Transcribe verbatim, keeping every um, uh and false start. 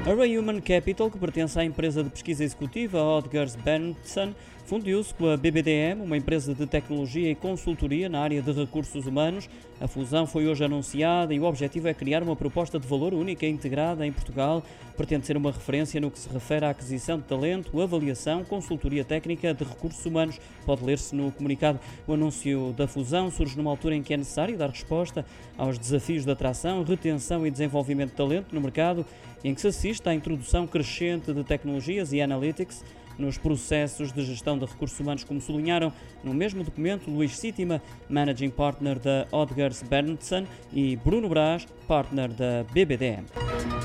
A Ray Human Capital, que pertence à empresa de pesquisa executiva Odgers Berndtson, fundiu-se com a B B D M, uma empresa de tecnologia e consultoria na área de recursos humanos. A fusão foi hoje anunciada e o objetivo é criar uma proposta de valor única e integrada em Portugal. Pretende ser uma referência no que se refere à aquisição de talento, avaliação, consultoria técnica de recursos humanos. Pode ler-se no comunicado. O anúncio da fusão surge numa altura em que é necessário dar resposta aos desafios de atração, retenção e desenvolvimento de talento no mercado, em que se assiste à introdução crescente de tecnologias e analytics nos processos de gestão de recursos humanos, como sublinharam no mesmo documento Luís Sittima, Managing Partner da Odgers Berndtson, e Bruno Brás, Partner da B B D M.